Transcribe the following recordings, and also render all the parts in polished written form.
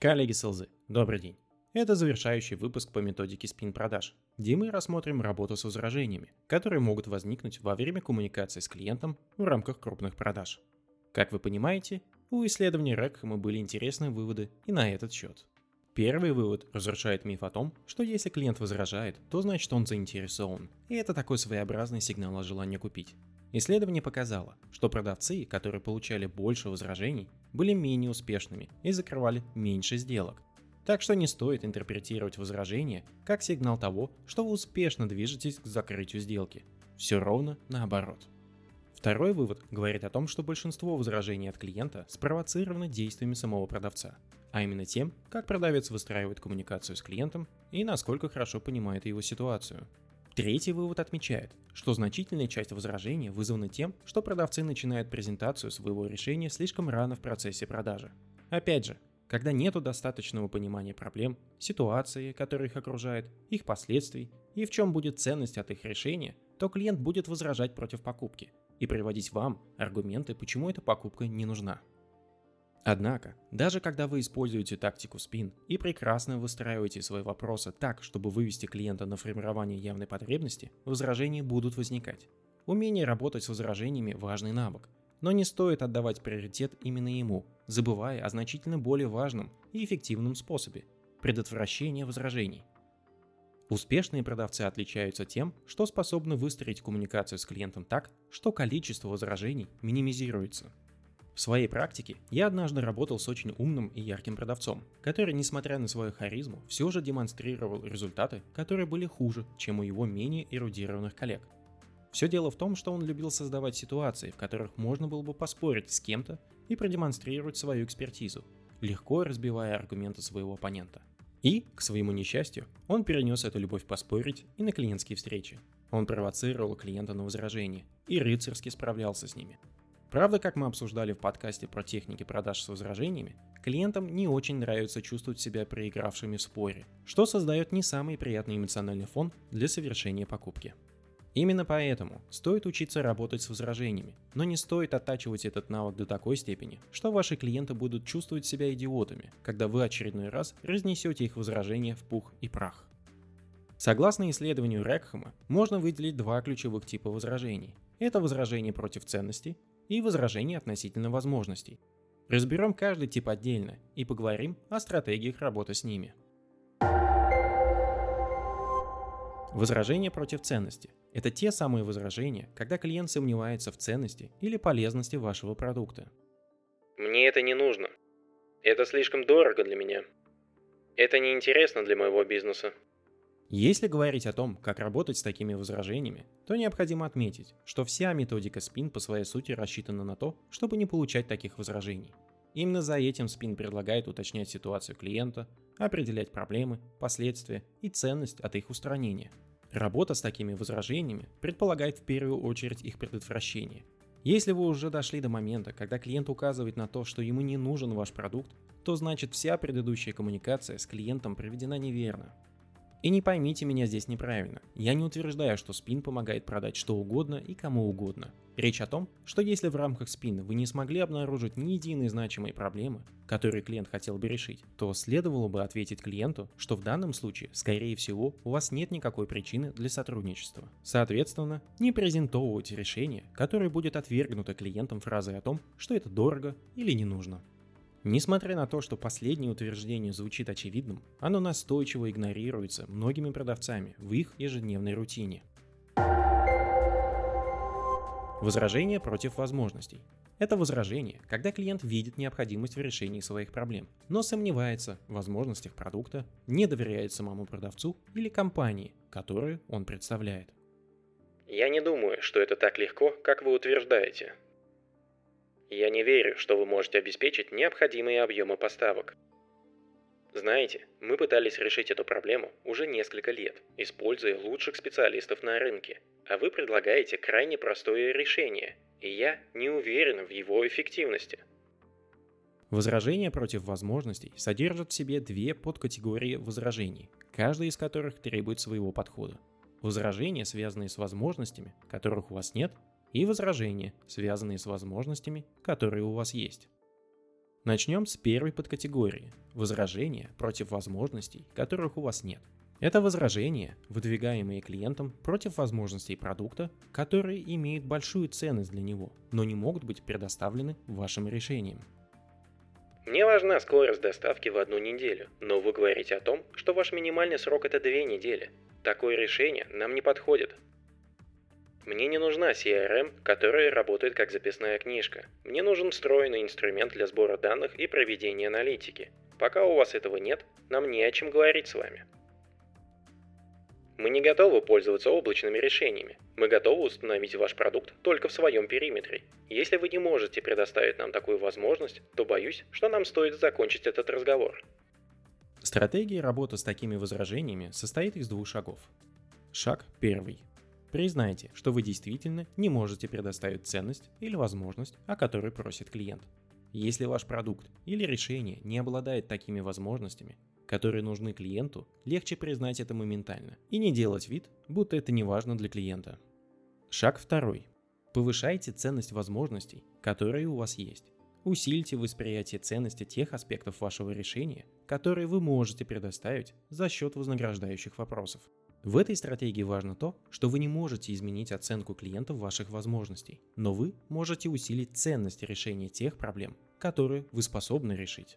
Коллеги с ЛЗ, добрый день. Это завершающий выпуск по методике спин-продаж, где мы рассмотрим работу с возражениями, которые могут возникнуть во время коммуникации с клиентом в рамках крупных продаж. Как вы понимаете, у исследований Рекхэма были интересные выводы и на этот счет. Первый вывод разрушает миф о том, что если клиент возражает, то значит он заинтересован, и это такой своеобразный сигнал о желании купить. Исследование показало, что продавцы, которые получали больше возражений, были менее успешными и закрывали меньше сделок. Так что не стоит интерпретировать возражение как сигнал того, что вы успешно движетесь к закрытию сделки. Все ровно наоборот. Второй вывод говорит о том, что большинство возражений от клиента спровоцировано действиями самого продавца, а именно тем, как продавец выстраивает коммуникацию с клиентом и насколько хорошо понимает его ситуацию. Третий вывод отмечает, что значительная часть возражений вызвана тем, что продавцы начинают презентацию своего решения слишком рано в процессе продажи. Опять же, когда нету достаточного понимания проблем, ситуации, которая их окружает, их последствий и в чем будет ценность от их решения, то клиент будет возражать против покупки и приводить вам аргументы, почему эта покупка не нужна. Однако, даже когда вы используете тактику спин и прекрасно выстраиваете свои вопросы так, чтобы вывести клиента на формирование явной потребности, возражения будут возникать. Умение работать с возражениями – важный навык, но не стоит отдавать приоритет именно ему, забывая о значительно более важном и эффективном способе – предотвращении возражений. Успешные продавцы отличаются тем, что способны выстроить коммуникацию с клиентом так, что количество возражений минимизируется. В своей практике я однажды работал с очень умным и ярким продавцом, который, несмотря на свою харизму, все же демонстрировал результаты, которые были хуже, чем у его менее эрудированных коллег. Все дело в том, что он любил создавать ситуации, в которых можно было бы поспорить с кем-то и продемонстрировать свою экспертизу, легко разбивая аргументы своего оппонента. И, к своему несчастью, он перенес эту любовь поспорить и на клиентские встречи. Он провоцировал клиента на возражения и рыцарски справлялся с ними. Правда, как мы обсуждали в подкасте про техники продаж с возражениями, клиентам не очень нравится чувствовать себя проигравшими в споре, что создает не самый приятный эмоциональный фон для совершения покупки. Именно поэтому стоит учиться работать с возражениями, но не стоит оттачивать этот навык до такой степени, что ваши клиенты будут чувствовать себя идиотами, когда вы очередной раз разнесете их возражения в пух и прах. Согласно исследованию Рекхэма, можно выделить два ключевых типа возражений. Это возражения против ценностей и возражения относительно возможностей. Разберем каждый тип отдельно и поговорим о стратегиях работы с ними. Возражения против ценности – это те самые возражения, когда клиент сомневается в ценности или полезности вашего продукта. Мне это не нужно. Это слишком дорого для меня. Это неинтересно для моего бизнеса. Если говорить о том, как работать с такими возражениями, то необходимо отметить, что вся методика спин по своей сути рассчитана на то, чтобы не получать таких возражений. Именно за этим спин предлагает уточнять ситуацию клиента, определять проблемы, последствия и ценность от их устранения. Работа с такими возражениями предполагает в первую очередь их предотвращение. Если вы уже дошли до момента, когда клиент указывает на то, что ему не нужен ваш продукт, то значит вся предыдущая коммуникация с клиентом проведена неверно. И не поймите меня здесь неправильно, я не утверждаю, что спин помогает продать что угодно и кому угодно. Речь о том, что если в рамках спин вы не смогли обнаружить ни единой значимой проблемы, которую клиент хотел бы решить, то следовало бы ответить клиенту, что в данном случае, скорее всего, у вас нет никакой причины для сотрудничества. Соответственно, не презентовывать решение, которое будет отвергнуто клиентом фразой о том, что это дорого или не нужно. Несмотря на то, что последнее утверждение звучит очевидным, оно настойчиво игнорируется многими продавцами в их ежедневной рутине. Возражение против возможностей. Это возражение, когда клиент видит необходимость в решении своих проблем, но сомневается в возможностях продукта, не доверяет самому продавцу или компании, которую он представляет. Я не думаю, что это так легко, как вы утверждаете. Я не верю, что вы можете обеспечить необходимые объемы поставок. Знаете, мы пытались решить эту проблему уже несколько лет, используя лучших специалистов на рынке, а вы предлагаете крайне простое решение, и я не уверен в его эффективности. Возражения против возможностей содержат в себе две подкатегории возражений, каждая из которых требует своего подхода. Возражения, связанные с возможностями, которых у вас нет, и возражения, связанные с возможностями, которые у вас есть. Начнем с первой подкатегории – возражения против возможностей, которых у вас нет. Это возражения, выдвигаемые клиентом против возможностей продукта, которые имеют большую ценность для него, но не могут быть предоставлены вашим решением. Мне важна скорость доставки в 1 неделю, но вы говорите о том, что ваш минимальный срок это 2 недели. Такое решение нам не подходит. Мне не нужна CRM, которая работает как записная книжка. Мне нужен встроенный инструмент для сбора данных и проведения аналитики. Пока у вас этого нет, нам не о чем говорить с вами. Мы не готовы пользоваться облачными решениями. Мы готовы установить ваш продукт только в своем периметре. Если вы не можете предоставить нам такую возможность, то боюсь, что нам стоит закончить этот разговор. Стратегия работы с такими возражениями состоит из 2 шагов. Шаг 1. Признайте, что вы действительно не можете предоставить ценность или возможность, о которой просит клиент. Если ваш продукт или решение не обладает такими возможностями, которые нужны клиенту, легче признать это моментально и не делать вид, будто это не важно для клиента. Шаг 2. Повышайте ценность возможностей, которые у вас есть. Усильте восприятие ценности тех аспектов вашего решения, которые вы можете предоставить за счет вознаграждающих вопросов. В этой стратегии важно то, что вы не можете изменить оценку клиента ваших возможностей, но вы можете усилить ценность решения тех проблем, которые вы способны решить.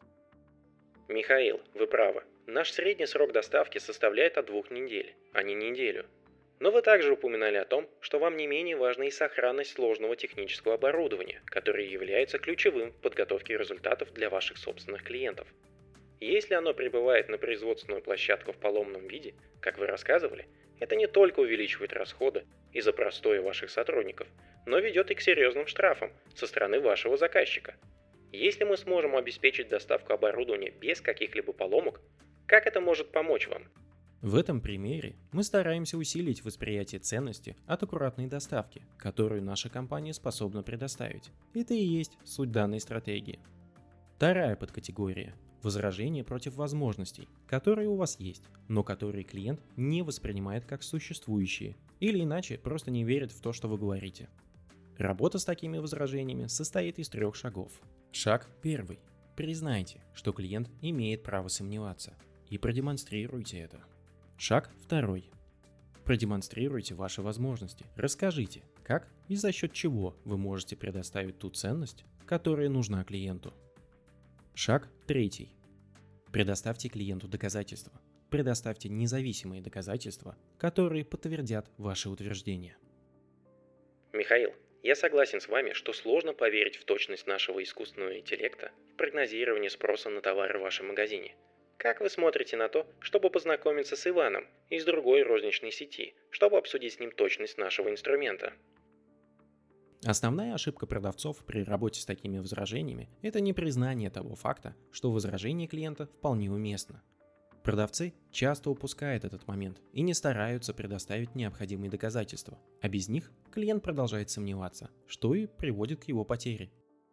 Михаил, вы правы. Наш средний срок доставки составляет от 2 недель, а не неделю. Но вы также упоминали о том, что вам не менее важна и сохранность сложного технического оборудования, которое является ключевым в подготовке результатов для ваших собственных клиентов. Если оно прибывает на производственную площадку в поломанном виде, как вы рассказывали, это не только увеличивает расходы из-за простоя ваших сотрудников, но ведет и к серьезным штрафам со стороны вашего заказчика. Если мы сможем обеспечить доставку оборудования без каких-либо поломок, как это может помочь вам? В этом примере мы стараемся усилить восприятие ценности от аккуратной доставки, которую наша компания способна предоставить. Это и есть суть данной стратегии. Вторая подкатегория – возражения против возможностей, которые у вас есть, но которые клиент не воспринимает как существующие, или иначе просто не верит в то, что вы говорите. Работа с такими возражениями состоит из 3 шагов. Шаг 1. Признайте, что клиент имеет право сомневаться, и продемонстрируйте это. Шаг 2. Продемонстрируйте ваши возможности. Расскажите, как и за счет чего вы можете предоставить ту ценность, которая нужна клиенту. Шаг 3. Предоставьте клиенту доказательства. Предоставьте независимые доказательства, которые подтвердят ваши утверждения. Михаил, я согласен с вами, что сложно поверить в точность нашего искусственного интеллекта в прогнозировании спроса на товары в вашем магазине. Как вы смотрите на то, чтобы познакомиться с Иваном из другой розничной сети, чтобы обсудить с ним точность нашего инструмента? Основная ошибка продавцов при работе с такими возражениями – это непризнание того факта, что возражение клиента вполне уместно. Продавцы часто упускают этот момент и не стараются предоставить необходимые доказательства, а без них клиент продолжает сомневаться, что и приводит к его потере.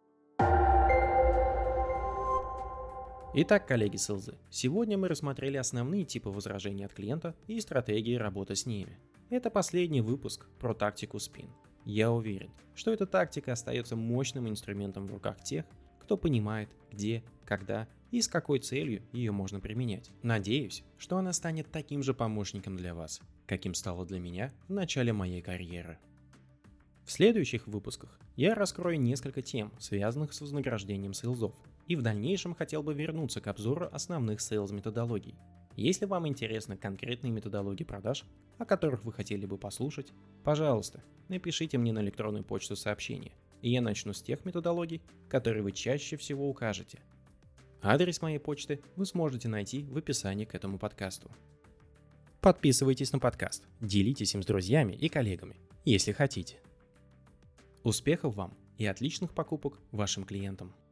Итак, коллеги селзы, сегодня мы рассмотрели основные типы возражений от клиента и стратегии работы с ними. Это последний выпуск про тактику SPIN. Я уверен, что эта тактика остается мощным инструментом в руках тех, кто понимает, где, когда и с какой целью ее можно применять. Надеюсь, что она станет таким же помощником для вас, каким стала для меня в начале моей карьеры. В следующих выпусках я раскрою несколько тем, связанных с вознаграждением сейлзов, и в дальнейшем хотел бы вернуться к обзору основных сейлз-методологий. Если вам интересны конкретные методологии продаж, о которых вы хотели бы послушать, пожалуйста, напишите мне на электронную почту сообщение, и я начну с тех методологий, которые вы чаще всего укажете. Адрес моей почты вы сможете найти в описании к этому подкасту. Подписывайтесь на подкаст, делитесь им с друзьями и коллегами, если хотите. Успехов вам и отличных покупок вашим клиентам!